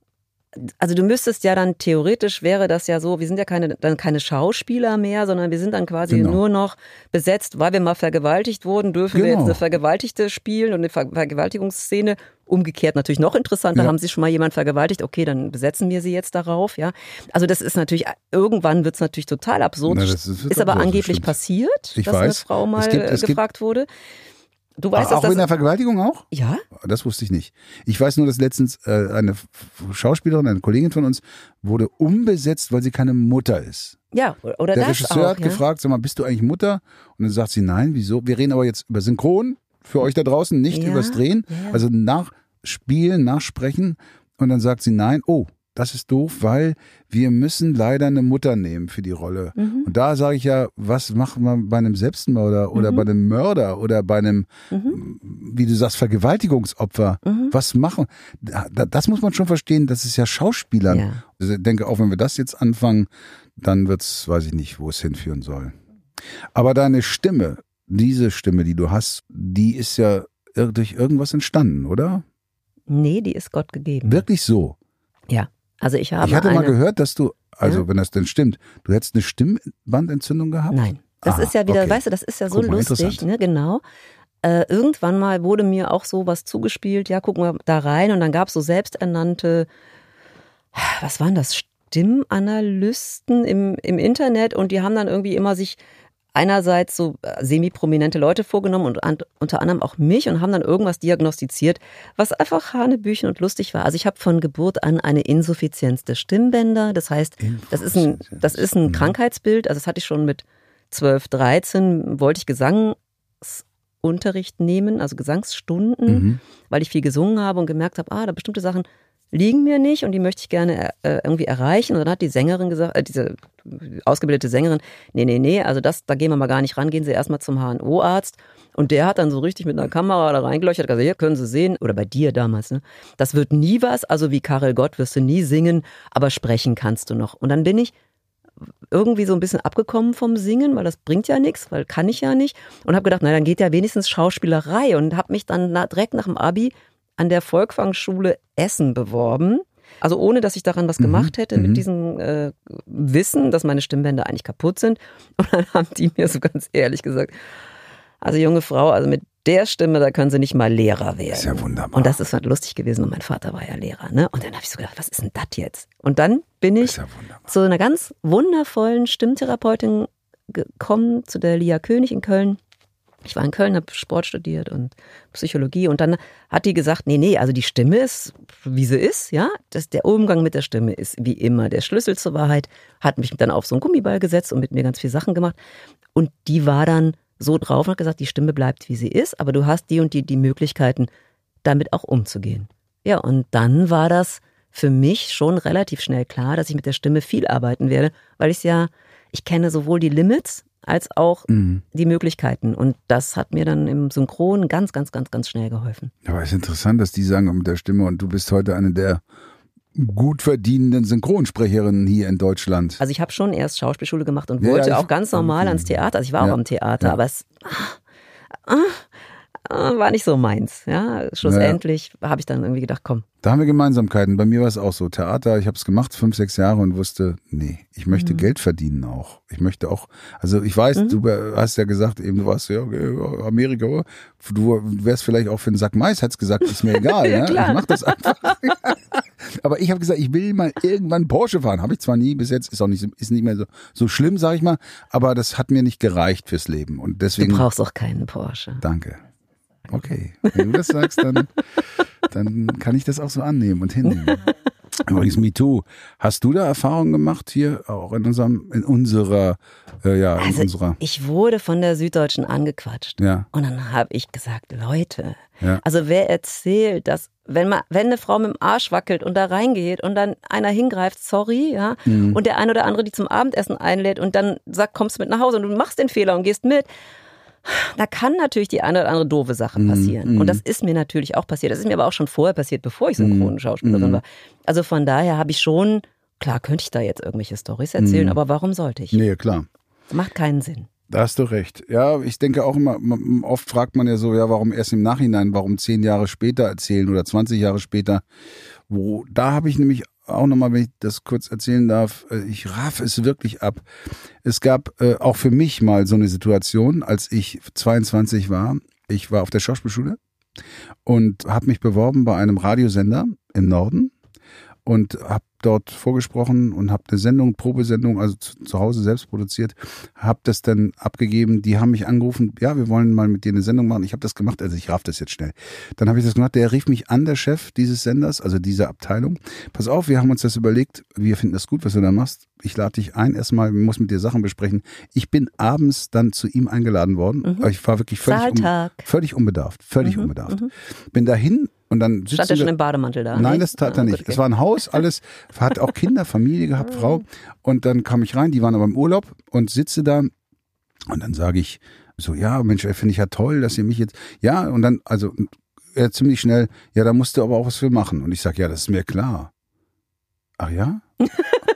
also du müsstest ja dann, theoretisch wäre das ja so, wir sind ja keine Schauspieler mehr, sondern wir sind dann quasi nur noch besetzt, weil wir mal vergewaltigt wurden, dürfen wir jetzt eine Vergewaltigte spielen und eine Vergewaltigungsszene. Umgekehrt natürlich noch interessanter, haben sie schon mal jemand vergewaltigt, okay, dann besetzen wir sie jetzt darauf, ja. Also das ist natürlich, irgendwann wird es natürlich total absurd. Ist aber angeblich passiert, dass eine Frau mal gefragt wurde. Du weißt, auch in der Vergewaltigung auch? Ja. Das wusste ich nicht. Ich weiß nur, dass letztens eine Schauspielerin, eine Kollegin von uns, wurde umbesetzt, weil sie keine Mutter ist. Ja, oder der das Regisseur auch, hat gefragt, sag mal, bist du eigentlich Mutter? Und dann sagt sie, nein, wieso? Wir reden aber jetzt über Synchron für euch da draußen, nicht übers Drehen. Ja. Also nachspielen, nachsprechen. Und dann sagt sie, nein, das ist doof, weil wir müssen leider eine Mutter nehmen für die Rolle. Und da sage ich ja, was macht man bei einem Selbstmörder oder bei einem Mörder oder bei einem, wie du sagst, Vergewaltigungsopfer? Was machen? Das muss man schon verstehen, das ist ja Schauspielern. Ja. Also ich denke, auch wenn wir das jetzt anfangen, dann wird's, weiß ich nicht, wo es hinführen soll. Aber deine Stimme, diese Stimme, die du hast, die ist ja durch irgendwas entstanden, oder? Nee, die ist Gott gegeben. Wirklich so? Ja, also ich hatte mal gehört, dass du, wenn das denn stimmt, du hättest eine Stimmbandentzündung gehabt? Nein, das ist ja wieder, weißt du, das ist ja so lustig, ne, genau. Irgendwann mal wurde mir auch so was zugespielt, ja, gucken wir da rein und dann gab es so selbsternannte, was waren das, Stimmanalysten im Internet und die haben dann irgendwie immer sich einerseits so semi-prominente Leute vorgenommen und unter anderem auch mich und haben dann irgendwas diagnostiziert, was einfach hanebüchen und lustig war. Also ich habe von Geburt an eine Insuffizienz der Stimmbänder, das heißt, das ist ein Krankheitsbild, also das hatte ich schon mit 12, 13, wollte ich Gesangsunterricht nehmen, also Gesangsstunden, weil ich viel gesungen habe und gemerkt habe, da bestimmte Sachen liegen mir nicht und die möchte ich gerne irgendwie erreichen. Und dann hat die Sängerin gesagt, diese ausgebildete Sängerin, nee, also da gehen wir mal gar nicht ran, gehen Sie erstmal zum HNO-Arzt. Und der hat dann so richtig mit einer Kamera da reingeleuchtet, hat gesagt, hier können Sie sehen, oder bei dir damals, ne? Das wird nie was, also wie Karel Gott wirst du nie singen, aber sprechen kannst du noch. Und dann bin ich irgendwie so ein bisschen abgekommen vom Singen, weil das bringt ja nichts, weil kann ich ja nicht. Und habe gedacht, dann geht ja wenigstens Schauspielerei und habe mich dann direkt nach dem Abi an der Volkwang-Schule Essen beworben. Also ohne, dass ich daran was gemacht hätte mit diesem Wissen, dass meine Stimmbänder eigentlich kaputt sind. Und dann haben die mir so ganz ehrlich gesagt, also junge Frau, also mit der Stimme, da können Sie nicht mal Lehrer werden. Das ist ja wunderbar. Und das ist halt lustig gewesen und mein Vater war ja Lehrer. Ne? Und dann habe ich so gedacht, was ist denn das jetzt? Und dann bin ich zu einer ganz wundervollen Stimmtherapeutin gekommen, zu der Lia König in Köln. Ich war in Köln, habe Sport studiert und Psychologie und dann hat die gesagt, nee, also die Stimme ist, wie sie ist, ja, der Umgang mit der Stimme ist wie immer der Schlüssel zur Wahrheit, hat mich dann auf so einen Gummiball gesetzt und mit mir ganz viele Sachen gemacht und die war dann so drauf und hat gesagt, die Stimme bleibt, wie sie ist, aber du hast die und die Möglichkeiten, damit auch umzugehen. Ja, und dann war das für mich schon relativ schnell klar, dass ich mit der Stimme viel arbeiten werde, weil ich kenne sowohl die Limits als auch die Möglichkeiten. Und das hat mir dann im Synchron ganz, ganz, ganz, ganz schnell geholfen. Aber es ist interessant, dass die sagen mit der Stimme und du bist heute eine der gut verdienenden Synchronsprecherinnen hier in Deutschland. Also ich habe schon erst Schauspielschule gemacht und wollte auch ganz normal ans Theater. Also ich war auch am Theater, aber es war nicht so meins. Ja, schlussendlich habe ich dann irgendwie gedacht, komm. Da haben wir Gemeinsamkeiten. Bei mir war es auch so. Theater, ich habe es gemacht, 5, 6 Jahre und wusste, nee, ich möchte Geld verdienen auch. Ich möchte auch, also ich weiß, du hast ja gesagt, eben du warst ja Amerika, du wärst vielleicht auch für einen Sack Mais, hättest gesagt, ist mir egal, ja, ich mach das einfach. Aber ich habe gesagt, ich will mal irgendwann Porsche fahren. Habe ich zwar nie, bis jetzt ist nicht mehr so schlimm, sag ich mal, aber das hat mir nicht gereicht fürs Leben und deswegen. Du brauchst auch keinen Porsche. Danke. Okay, wenn du das sagst, dann kann ich das auch so annehmen und hinnehmen. Übrigens, MeToo. Hast du da Erfahrungen gemacht hier auch in unserer? Ich wurde von der Süddeutschen angequatscht. Ja. Und dann habe ich gesagt, Leute, also wer erzählt, dass wenn eine Frau mit dem Arsch wackelt und da reingeht und dann einer hingreift, sorry, ja, und der ein oder andere die zum Abendessen einlädt und dann sagt, kommst du mit nach Hause und du machst den Fehler und gehst mit. Da kann natürlich die eine oder andere doofe Sache passieren. Und das ist mir natürlich auch passiert. Das ist mir aber auch schon vorher passiert, bevor ich Synchronschauspielerin war. Also von daher habe ich schon, klar könnte ich da jetzt irgendwelche Storys erzählen, aber warum sollte ich? Nee, klar. Macht keinen Sinn. Da hast du recht. Ja, ich denke auch immer, oft fragt man ja so, ja, warum erst im Nachhinein, warum 10 Jahre später erzählen oder 20 Jahre später. Da habe ich nämlich auch nochmal, wenn ich das kurz erzählen darf, ich raff es wirklich ab. Es gab auch für mich mal so eine Situation, als ich 22 war. Ich war auf der Schauspielschule und habe mich beworben bei einem Radiosender im Norden und habe dort vorgesprochen und habe eine Probesendung, also zu Hause selbst produziert, habe das dann abgegeben. Die haben mich angerufen, ja, wir wollen mal mit dir eine Sendung machen. Ich habe das gemacht, also ich raff das jetzt schnell. Dann habe ich das gemacht, der rief mich an, der Chef dieses Senders, also dieser Abteilung. Pass auf, wir haben uns das überlegt, wir finden das gut, was du da machst. Ich lade dich ein, erstmal, muss mit dir Sachen besprechen. Ich bin abends dann zu ihm eingeladen worden. Ich war wirklich völlig unbedarft. Bin dahin. Und dann stand er schon im Bademantel da? Nein, das tat er nicht. Okay. Es war ein Haus, alles, hat auch Kinder, Familie gehabt, Frau. Und dann kam ich rein, die waren aber im Urlaub und sitze da. Und dann sage ich so, ja, Mensch, finde ich ja toll, dass ihr mich jetzt, ja, und dann, also ziemlich schnell, ja, da musst du aber auch was für machen. Und ich sage, ja, das ist mir klar. Ach ja?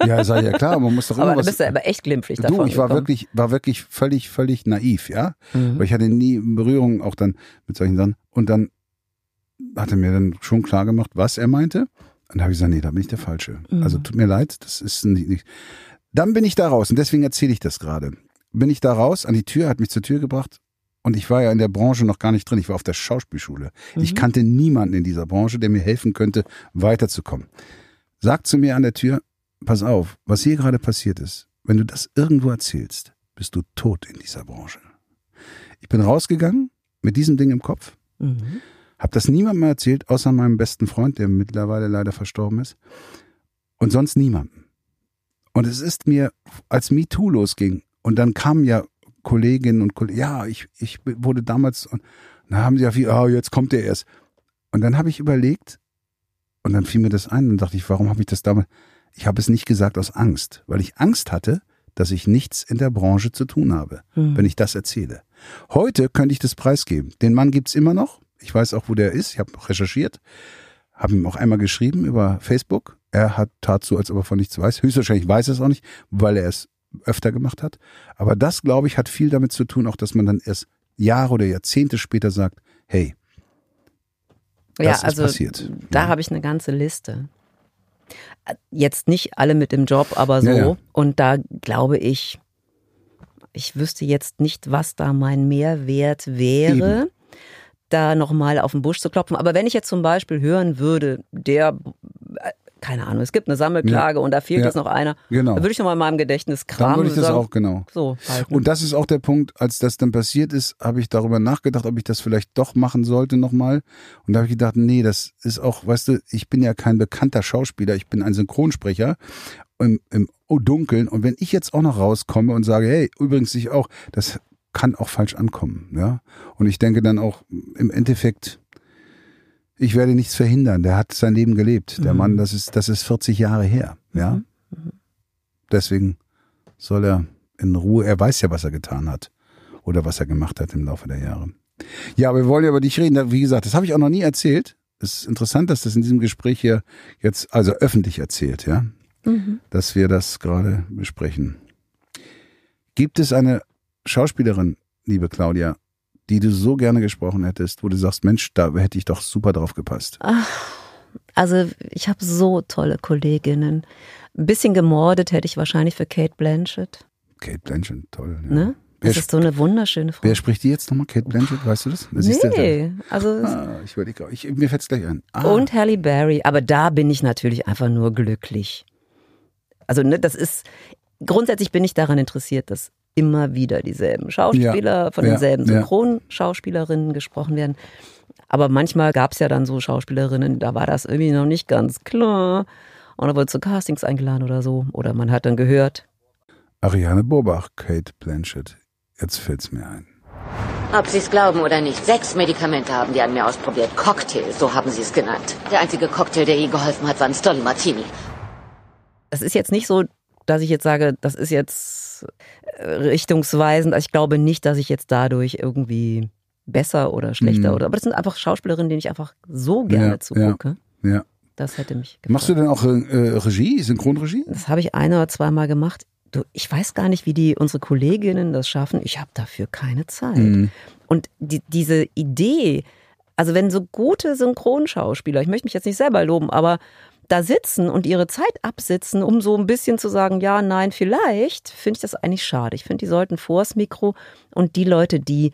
Ja, sag ich ja klar, man muss doch immer Aber du was... bist ja aber echt glimpflich Du, davon ich war gekommen. wirklich völlig naiv, ja. Weil ich hatte nie Berührung auch dann mit solchen Sachen. Und dann hat er mir dann schon klar gemacht, was er meinte. Und da habe ich gesagt, nee, da bin ich der Falsche. Also tut mir leid, das ist nicht. Dann bin ich da raus und deswegen erzähle ich das gerade. Bin ich da raus an die Tür, hat mich zur Tür gebracht und ich war ja in der Branche noch gar nicht drin. Ich war auf der Schauspielschule. Ich kannte niemanden in dieser Branche, der mir helfen könnte, weiterzukommen. Sagt zu mir an der Tür, pass auf, was hier gerade passiert ist, wenn du das irgendwo erzählst, bist du tot in dieser Branche. Ich bin rausgegangen mit diesem Ding im Kopf, habe das niemandem mehr erzählt, außer meinem besten Freund, der mittlerweile leider verstorben ist, und sonst niemandem. Und es ist mir, als MeToo losging, und dann kamen ja Kolleginnen und Kollegen, ja, ich wurde damals, und da haben sie ja viel, jetzt kommt der erst. Und dann habe ich überlegt, und dann fiel mir das ein, und dachte ich, warum habe ich das damals, ich habe es nicht gesagt aus Angst, weil ich Angst hatte, dass ich nichts in der Branche zu tun habe, wenn ich das erzähle. Heute könnte ich das preisgeben. Den Mann gibt's immer noch. Ich weiß auch, wo der ist. Ich habe recherchiert, habe ihm auch einmal geschrieben über Facebook. Er tat so, als ob er von nichts weiß. Höchstwahrscheinlich weiß er es auch nicht, weil er es öfter gemacht hat. Aber das, glaube ich, hat viel damit zu tun, auch dass man dann erst Jahre oder Jahrzehnte später sagt, hey, das ist passiert. Da habe ich eine ganze Liste. Jetzt nicht alle mit dem Job, aber so. Ja. Und da glaube ich wüsste jetzt nicht, was da mein Mehrwert wäre, da nochmal auf den Busch zu klopfen. Aber wenn ich jetzt zum Beispiel hören würde, keine Ahnung, es gibt eine Sammelklage und da fehlt jetzt noch einer, genau. Dann würde ich nochmal in meinem Gedächtnis kramen. Dann würde ich das sagen, auch, genau. So halten. Und das ist auch der Punkt, als das dann passiert ist, habe ich darüber nachgedacht, ob ich das vielleicht doch machen sollte nochmal. Und da habe ich gedacht, nee, das ist auch, weißt du, ich bin ja kein bekannter Schauspieler, ich bin ein Synchronsprecher im Dunkeln. Und wenn ich jetzt auch noch rauskomme und sage, hey, übrigens ich auch, das kann auch falsch ankommen. Ja. Und ich denke dann auch im Endeffekt, ich werde nichts verhindern. Der hat sein Leben gelebt. Der Mann, das ist 40 Jahre her. Ja. Deswegen soll er in Ruhe, er weiß ja, was er getan hat oder was er gemacht hat im Laufe der Jahre. Ja, aber wir wollen ja über dich reden. Wie gesagt, das habe ich auch noch nie erzählt. Es ist interessant, dass das in diesem Gespräch hier jetzt also öffentlich erzählt, ja, dass wir das gerade besprechen. Gibt es eine Schauspielerin, liebe Claudia, die du so gerne gesprochen hättest, wo du sagst, Mensch, da hätte ich doch super drauf gepasst? Also ich habe so tolle Kolleginnen. Ein bisschen gemordet hätte ich wahrscheinlich für Cate Blanchett. Cate Blanchett, toll. Ja. Ne? Das ist so eine wunderschöne Frau. Wer spricht die jetzt nochmal? Cate Blanchett, weißt du das? Ich überlege, mir fällt es gleich ein. Und Halle Berry, aber da bin ich natürlich einfach nur glücklich. Also ne, grundsätzlich bin ich daran interessiert, dass immer wieder dieselben Schauspieler von denselben Synchronschauspielerinnen gesprochen werden. Aber manchmal gab es ja dann so Schauspielerinnen, da war das irgendwie noch nicht ganz klar. Und da wurde zu Castings eingeladen oder so. Oder man hat dann gehört. Ariane Borbach, Cate Blanchett. Jetzt fällt's mir ein. Ob Sie es glauben oder nicht, 6 Medikamente haben die an mir ausprobiert. Cocktail, so haben sie es genannt. Der einzige Cocktail, der je geholfen hat, war ein Stolly Martini. Es ist jetzt nicht so, dass ich jetzt sage, das ist jetzt richtungsweisend. Also ich glaube nicht, dass ich jetzt dadurch irgendwie besser oder schlechter aber das sind einfach Schauspielerinnen, denen ich einfach so gerne zugucke. Ja. Das hätte mich gefallen. Machst du denn auch Regie, Synchronregie? Das habe ich 1 oder 2 Mal gemacht. Ich weiß gar nicht, wie unsere Kolleginnen das schaffen. Ich habe dafür keine Zeit. Und diese Idee, also wenn so gute Synchronschauspieler, ich möchte mich jetzt nicht selber loben, aber da sitzen und ihre Zeit absitzen, um so ein bisschen zu sagen, ja, nein, vielleicht, finde ich das eigentlich schade. Ich finde, die sollten vors Mikro und die Leute, die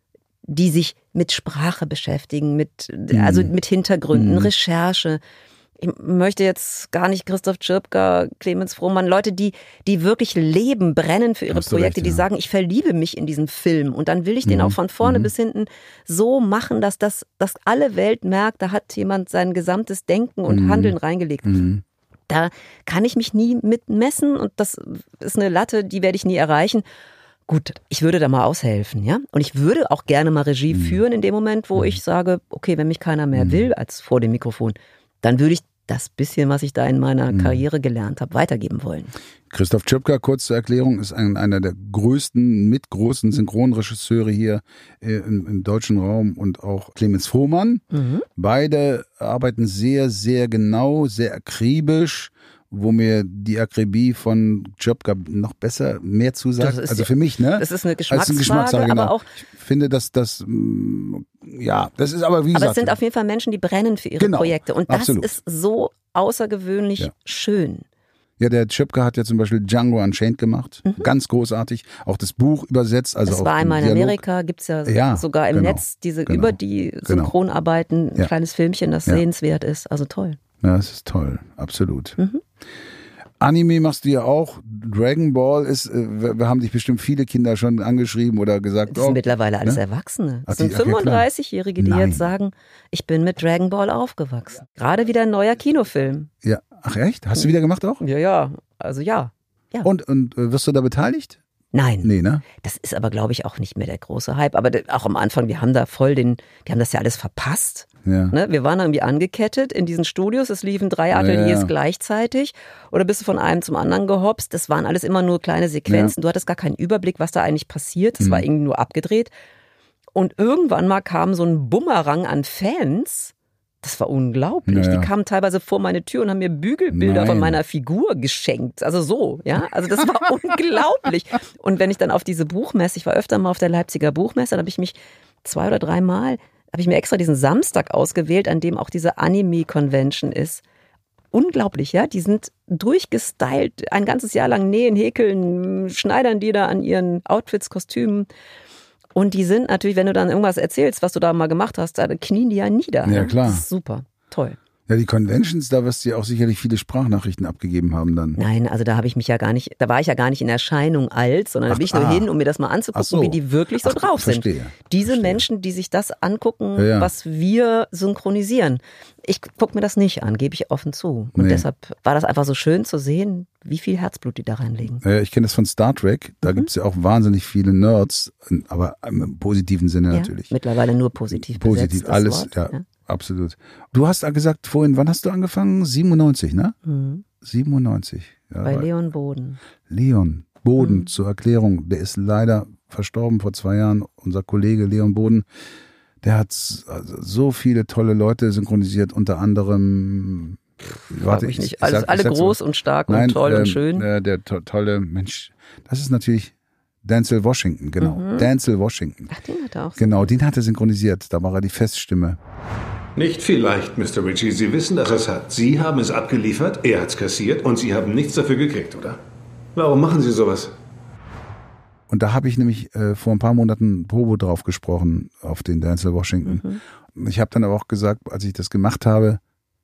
sich mit Sprache beschäftigen, also mit Hintergründen, Recherche. Ich möchte jetzt gar nicht Christoph Tschirpka, Clemens Frohmann, Leute, die wirklich leben, brennen für ihre Projekte, die sagen, ich verliebe mich in diesen Film und dann will ich den auch von vorne bis hinten so machen, dass alle Welt merkt, da hat jemand sein gesamtes Denken und Handeln reingelegt. Da kann ich mich nie mit messen und das ist eine Latte, die werde ich nie erreichen. Gut, ich würde da mal aushelfen, ja. Und ich würde auch gerne mal Regie führen in dem Moment, wo ich sage, okay, wenn mich keiner mehr will als vor dem Mikrofon, dann würde ich das bisschen, was ich da in meiner Karriere gelernt habe, weitergeben wollen. Christoph Tschirpka, kurz zur Erklärung, ist einer der großen Synchronregisseure hier im deutschen Raum und auch Clemens Frohmann. Beide arbeiten sehr, sehr genau, sehr akribisch, wo mir die Akribie von Chopka noch besser, mehr zusagt. Also für mich, ne? Das ist eine Geschmacksfrage, genau. aber auch... Ich finde, dass das, das ist aber wie gesagt... Aber es sind auf jeden Fall Menschen, die brennen für ihre Projekte. Und das ist so außergewöhnlich schön. Ja, der Chipka hat ja zum Beispiel Django Unchained gemacht. Ganz großartig. Auch das Buch übersetzt. Also das war einmal in Amerika, gibt es ja sogar im Netz über die Synchronarbeiten, ein kleines Filmchen, das sehenswert ist. Also toll. Ja, das ist toll. Absolut. Anime machst du ja auch. Dragon Ball ist, wir haben dich bestimmt viele Kinder schon angeschrieben oder gesagt. Das sind mittlerweile alles Erwachsene. Das sind 35-Jährige, die jetzt sagen, ich bin mit Dragon Ball aufgewachsen. Gerade wieder ein neuer Kinofilm. Ja, ach echt? Hast du wieder gemacht auch? Ja. Also ja. Und wirst du da beteiligt? Nein. Nee, ne? Das ist aber, glaube ich, auch nicht mehr der große Hype. Aber auch am Anfang, wir haben da wir haben das ja alles verpasst. Ja. Ne? Wir waren irgendwie angekettet in diesen Studios. Es liefen 3 Ateliers gleichzeitig. Oder bist du von einem zum anderen gehopst. Das waren alles immer nur kleine Sequenzen. Du hattest gar keinen Überblick, was da eigentlich passiert. Das war irgendwie nur abgedreht. Und irgendwann mal kam so ein Bumerang an Fans. Das war unglaublich. Die kamen teilweise vor meine Tür und haben mir Bügelbilder von meiner Figur geschenkt. Also so, ja. Also das war unglaublich. Und wenn ich dann auf diese Buchmesse, ich war öfter mal auf der Leipziger Buchmesse, dann habe ich mich 2 oder 3 Mal, habe ich mir extra diesen Samstag ausgewählt, an dem auch diese Anime-Convention ist. Unglaublich, ja. Die sind durchgestylt, ein ganzes Jahr lang nähen, häkeln, schneidern die da an ihren Outfits, Kostümen. Und die sind natürlich, wenn du dann irgendwas erzählst, was du da mal gemacht hast, da knien die ja nieder. Ja, klar. Das ist super, toll. Ja, die Conventions, da wirst du ja auch sicherlich viele Sprachnachrichten abgegeben haben dann. Nein, also da war ich ja gar nicht in Erscheinung als, sondern da bin ich nur hin, um mir das mal anzugucken, wie die wirklich so drauf sind. Diese Menschen, die sich das angucken, was wir synchronisieren. Ich gucke mir das nicht an, gebe ich offen zu. Und deshalb war das einfach so schön zu sehen, wie viel Herzblut die da reinlegen. Ich kenne das von Star Trek, da gibt es ja auch wahnsinnig viele Nerds, aber im positiven Sinne natürlich. Mittlerweile nur positiv besetzt, alles, Wort, ja. Absolut. Du hast gesagt vorhin, wann hast du angefangen? 97, ne? 97. Ja, bei Leon Boden. Leon Boden, zur Erklärung, der ist leider verstorben vor 2 Jahren. Unser Kollege Leon Boden, der hat so viele tolle Leute synchronisiert, unter anderem, alle groß und stark und toll und schön. Der tolle Mensch, das ist natürlich Denzel Washington, genau. Denzel Washington. Ach, den hat er auch. Genau, den hat er synchronisiert. Da war er die Feststimme. Nicht vielleicht, Mr. Ritchie. Sie wissen, dass er es hat. Sie haben es abgeliefert, er hat es kassiert und Sie haben nichts dafür gekriegt, oder? Warum machen Sie sowas? Und da habe ich nämlich vor ein paar Monaten Probo drauf gesprochen, auf den Denzel Washington. Ich habe dann aber auch gesagt, als ich das gemacht habe,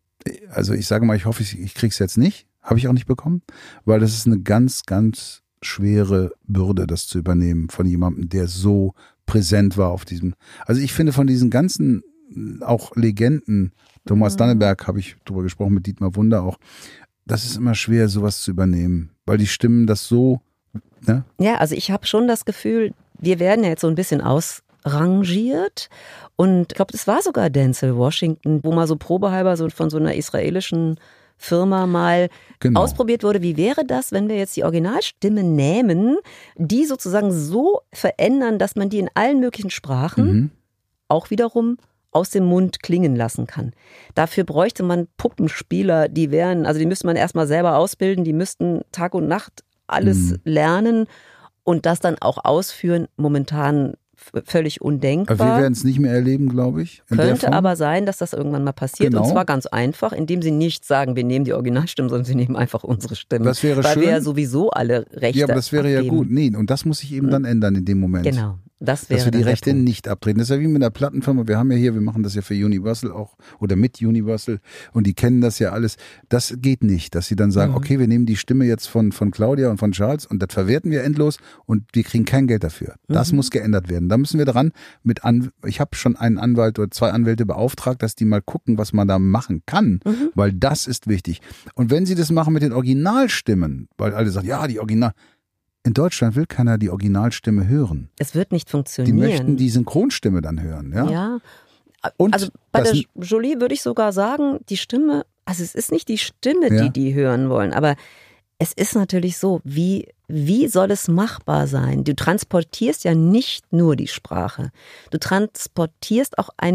also ich sage mal, ich hoffe, ich krieg's jetzt nicht. Habe ich auch nicht bekommen, weil das ist eine ganz, ganz schwere Bürde, das zu übernehmen von jemandem, der so präsent war auf diesem. Also ich finde von diesen ganzen auch Legenden, Thomas Danneberg habe ich drüber gesprochen, mit Dietmar Wunder auch, das ist immer schwer, sowas zu übernehmen, weil die Stimmen das so, ne? Ja, also ich habe schon das Gefühl, wir werden ja jetzt so ein bisschen ausrangiert und ich glaube, das war sogar Denzel Washington, wo mal so probehalber so von so einer israelischen Firma mal ausprobiert wurde. Wie wäre das, wenn wir jetzt die Originalstimme nehmen, die sozusagen so verändern, dass man die in allen möglichen Sprachen auch wiederum aus dem Mund klingen lassen kann. Dafür bräuchte man Puppenspieler, die müsste man erstmal selber ausbilden, die müssten Tag und Nacht alles lernen und das dann auch ausführen. Momentan völlig undenkbar. Aber wir werden es nicht mehr erleben, glaube ich. Könnte aber sein, dass das irgendwann mal passiert. Und zwar ganz einfach, indem sie nicht sagen, wir nehmen die Originalstimmen, sondern sie nehmen einfach unsere Stimmen. Das wäre weil schön. wir ja sowieso alle Rechte Ja, aber das wäre abgeben. ja gut. Nee, und das muss sich eben dann ändern in dem Moment. Genau. Das wäre dass wir die der Rechte Punkt. nicht abtreten. Das ist ja wie mit der Plattenfirma. Wir machen das ja für Universal auch oder mit Universal und die kennen das ja alles. Das geht nicht, dass sie dann sagen, okay, wir nehmen die Stimme jetzt von Claudia und von Charles und das verwerten wir endlos und wir kriegen kein Geld dafür. Das muss geändert werden. Da müssen wir dran ich habe schon einen Anwalt oder 2 Anwälte beauftragt, dass die mal gucken, was man da machen kann, weil das ist wichtig. Und wenn sie das machen mit den Originalstimmen, weil alle sagen, ja, die Original. In Deutschland will keiner die Originalstimme hören. Es wird nicht funktionieren. Die möchten die Synchronstimme dann hören. Ja. Und also bei der Jolie würde ich sogar sagen, die Stimme, also es ist nicht die Stimme, die hören wollen, aber es ist natürlich so, wie soll es machbar sein? Du transportierst ja nicht nur die Sprache, du transportierst auch ein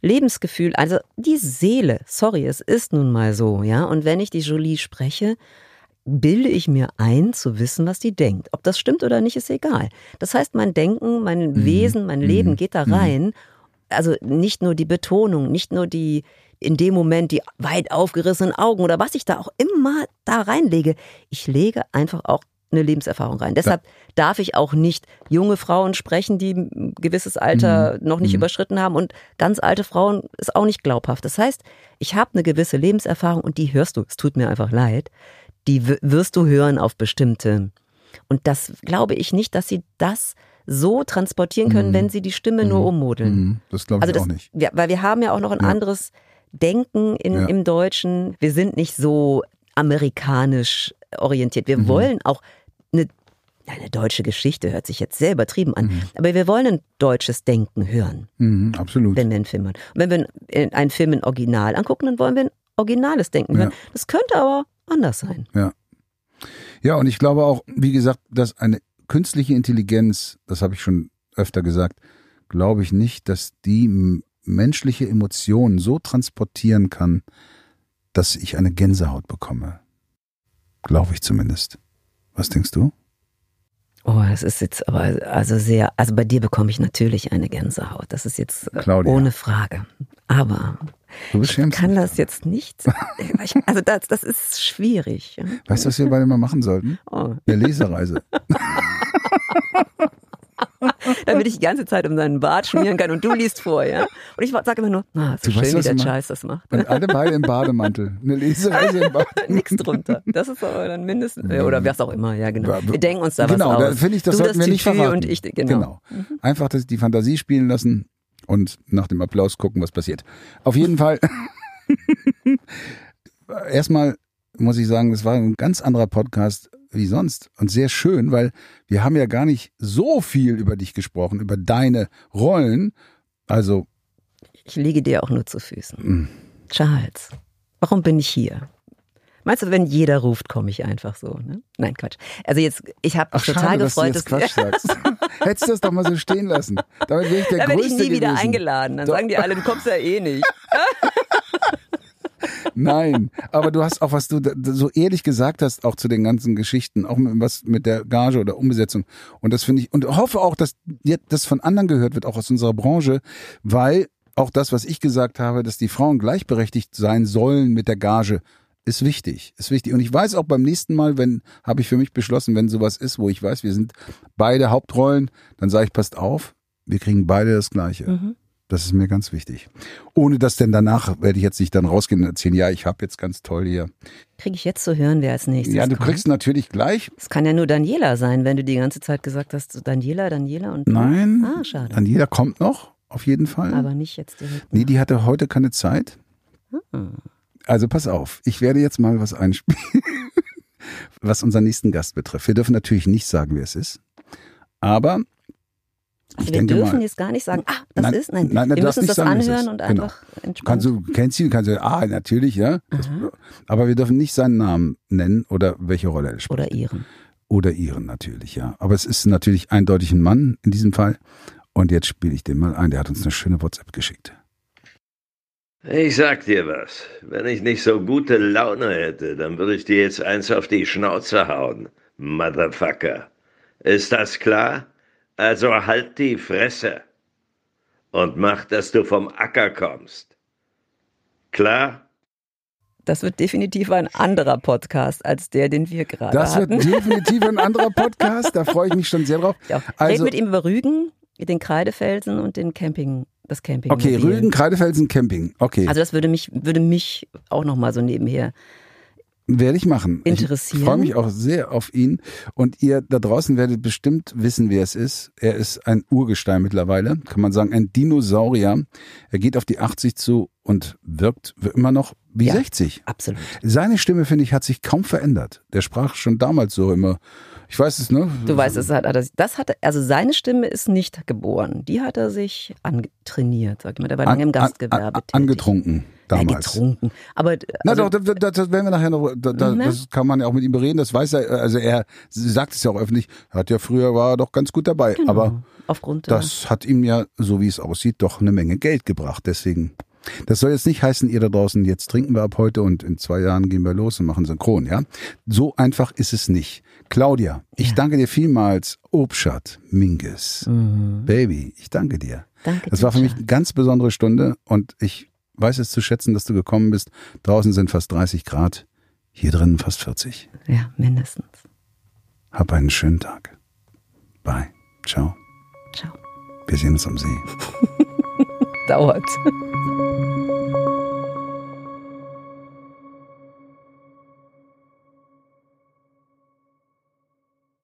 Lebensgefühl, also die Seele, sorry, es ist nun mal so, ja. Und wenn ich die Jolie spreche, bilde ich mir ein, zu wissen, was die denkt. Ob das stimmt oder nicht, ist egal. Das heißt, mein Denken, mein Wesen, mein Leben geht da rein. Also nicht nur die Betonung, nicht nur die in dem Moment die weit aufgerissenen Augen oder was ich da auch immer da reinlege. Ich lege einfach auch eine Lebenserfahrung rein. Deshalb darf ich auch nicht junge Frauen sprechen, die ein gewisses Alter noch nicht überschritten haben, und ganz alte Frauen ist auch nicht glaubhaft. Das heißt, ich habe eine gewisse Lebenserfahrung und die hörst du, es tut mir einfach leid, die wirst du hören auf bestimmte. Und das glaube ich nicht, dass sie das so transportieren können, wenn sie die Stimme nur ummodeln. Das glaube ich auch nicht. Ja, weil wir haben ja auch noch ein anderes Denken im Deutschen. Wir sind nicht so amerikanisch orientiert. Wir wollen auch eine deutsche Geschichte, hört sich jetzt sehr übertrieben an, aber wir wollen ein deutsches Denken hören. Absolut. Wenn wir einen Film hören. Und wenn wir einen Film in Original angucken, dann wollen wir ein originales Denken hören. Das könnte aber anders sein. Ja, und ich glaube auch, wie gesagt, dass eine künstliche Intelligenz, das habe ich schon öfter gesagt, glaube ich nicht, dass die menschliche Emotionen so transportieren kann, dass ich eine Gänsehaut bekomme. Glaube ich zumindest. Was denkst du? Oh, das ist jetzt aber also bei dir bekomme ich natürlich eine Gänsehaut. Das ist jetzt Claudia, ohne Frage. Aber ich kann das jetzt nicht. Also das ist schwierig. Weißt du, was wir beide mal machen sollten? Oh. Eine Lesereise. Damit ich die ganze Zeit um seinen Bart schmieren kann und du liest vor, ja? Und ich sage immer nur, so schön, wie der Charles das macht. Und alle beide im Bademantel. Eine Lesereise im Bademantel. Nichts drunter. Das ist aber dann mindestens, oder was auch immer, ja genau. Wir denken uns da was aus. Genau, da finde ich, das sollten wir nicht verraten. Und ich, genau. Einfach die Fantasie spielen lassen und nach dem Applaus gucken, was passiert. Auf jeden Fall, erstmal muss ich sagen, das war ein ganz anderer Podcast wie sonst und sehr schön, weil wir haben ja gar nicht so viel über dich gesprochen, über deine Rollen. Also ich liege dir auch nur zu Füßen. Charles, warum bin ich hier? Meinst du, wenn jeder ruft, komme ich einfach so? Ne? Nein, Quatsch. Also jetzt, ich habe mich total gefreut, dass du jetzt Quatsch sagst. Hättest du das doch mal so stehen lassen. Damit wäre ich der Größte gewesen. Da werde ich nie wieder eingeladen. Dann sagen die alle, du kommst ja eh nicht. Nein, aber du hast auch, was du so ehrlich gesagt hast, auch zu den ganzen Geschichten, auch was mit der Gage oder Umbesetzung. Und das finde ich, und hoffe auch, dass das von anderen gehört wird, auch aus unserer Branche, weil auch das, was ich gesagt habe, dass die Frauen gleichberechtigt sein sollen mit der Gage, ist wichtig, ist wichtig. Und ich weiß auch beim nächsten Mal, habe ich für mich beschlossen, wenn sowas ist, wo ich weiß, wir sind beide Hauptrollen, dann sage ich, passt auf, wir kriegen beide das Gleiche. Das ist mir ganz wichtig. Ohne dass denn danach werde ich jetzt nicht dann rausgehen und erzählen, ja, ich habe jetzt ganz toll hier. Kriege ich jetzt zu hören, wer als nächstes Ja, du kommt? kriegst natürlich gleich. Es kann ja nur Daniela sein, wenn du die ganze Zeit gesagt hast, Daniela und... Nein, schade. Daniela kommt noch, auf jeden Fall. Aber nicht jetzt direkt. Nee, die hatte heute keine Zeit. Also pass auf, ich werde jetzt mal was einspielen, was unseren nächsten Gast betrifft. Wir dürfen natürlich nicht sagen, wer es ist, aber... Wir dürfen jetzt gar nicht sagen, das ist, nein, wir müssen uns das anhören und einfach entspannen. Kennst du ihn, natürlich, ja. Aber wir dürfen nicht seinen Namen nennen oder welche Rolle er spielt. Oder ihren. Oder ihren natürlich, ja. Aber es ist natürlich eindeutig ein Mann in diesem Fall. Und jetzt spiele ich den mal ein. Der hat uns eine schöne WhatsApp geschickt. Ich sag dir was. Wenn ich nicht so gute Laune hätte, dann würde ich dir jetzt eins auf die Schnauze hauen. Motherfucker. Ist das klar? Also halt die Fresse und mach, dass du vom Acker kommst. Klar? Das wird definitiv ein anderer Podcast als der, den wir gerade hatten. Das wird definitiv ein anderer Podcast, da freue ich mich schon sehr drauf. Red mit ihm über Rügen, den Kreidefelsen und das Camping. Okay, Rügen, Kreidefelsen, Camping. Okay. Also das würde mich auch nochmal so nebenher werde ich machen. Interessieren. Ich freue mich auch sehr auf ihn. Und ihr da draußen werdet bestimmt wissen, wer es ist. Er ist ein Urgestein mittlerweile, kann man sagen, ein Dinosaurier. Er geht auf die 80 zu und wirkt immer noch wie 60. Absolut. Seine Stimme, finde ich, hat sich kaum verändert. Der sprach schon damals so immer. Ich weiß es, ne? Du weißt es, also seine Stimme ist nicht geboren. Die hat er sich antrainiert, sag ich mal. Der war lange im Gastgewerbe tätig. Angetrunken. Damals. Ja, getrunken. Aber, das werden wir nachher noch, das kann man ja auch mit ihm bereden, das weiß er, also er sagt es ja auch öffentlich, war doch ganz gut dabei, genau. aber aufgrund das hat ihm ja, so wie es aussieht, doch eine Menge Geld gebracht. Deswegen, das soll jetzt nicht heißen, ihr da draußen, jetzt trinken wir ab heute und in 2 Jahren gehen wir los und machen synchron, ja? So einfach ist es nicht. Claudia, ich danke dir vielmals. Obschat Minges. Baby, ich danke dir. Danke Das war für mich eine ganz besondere Stunde und ich weiß es zu schätzen, dass du gekommen bist. Draußen sind fast 30 Grad, hier drinnen fast 40. Ja, mindestens. Hab einen schönen Tag. Bye. Ciao. Ciao. Wir sehen uns am See. Dauert.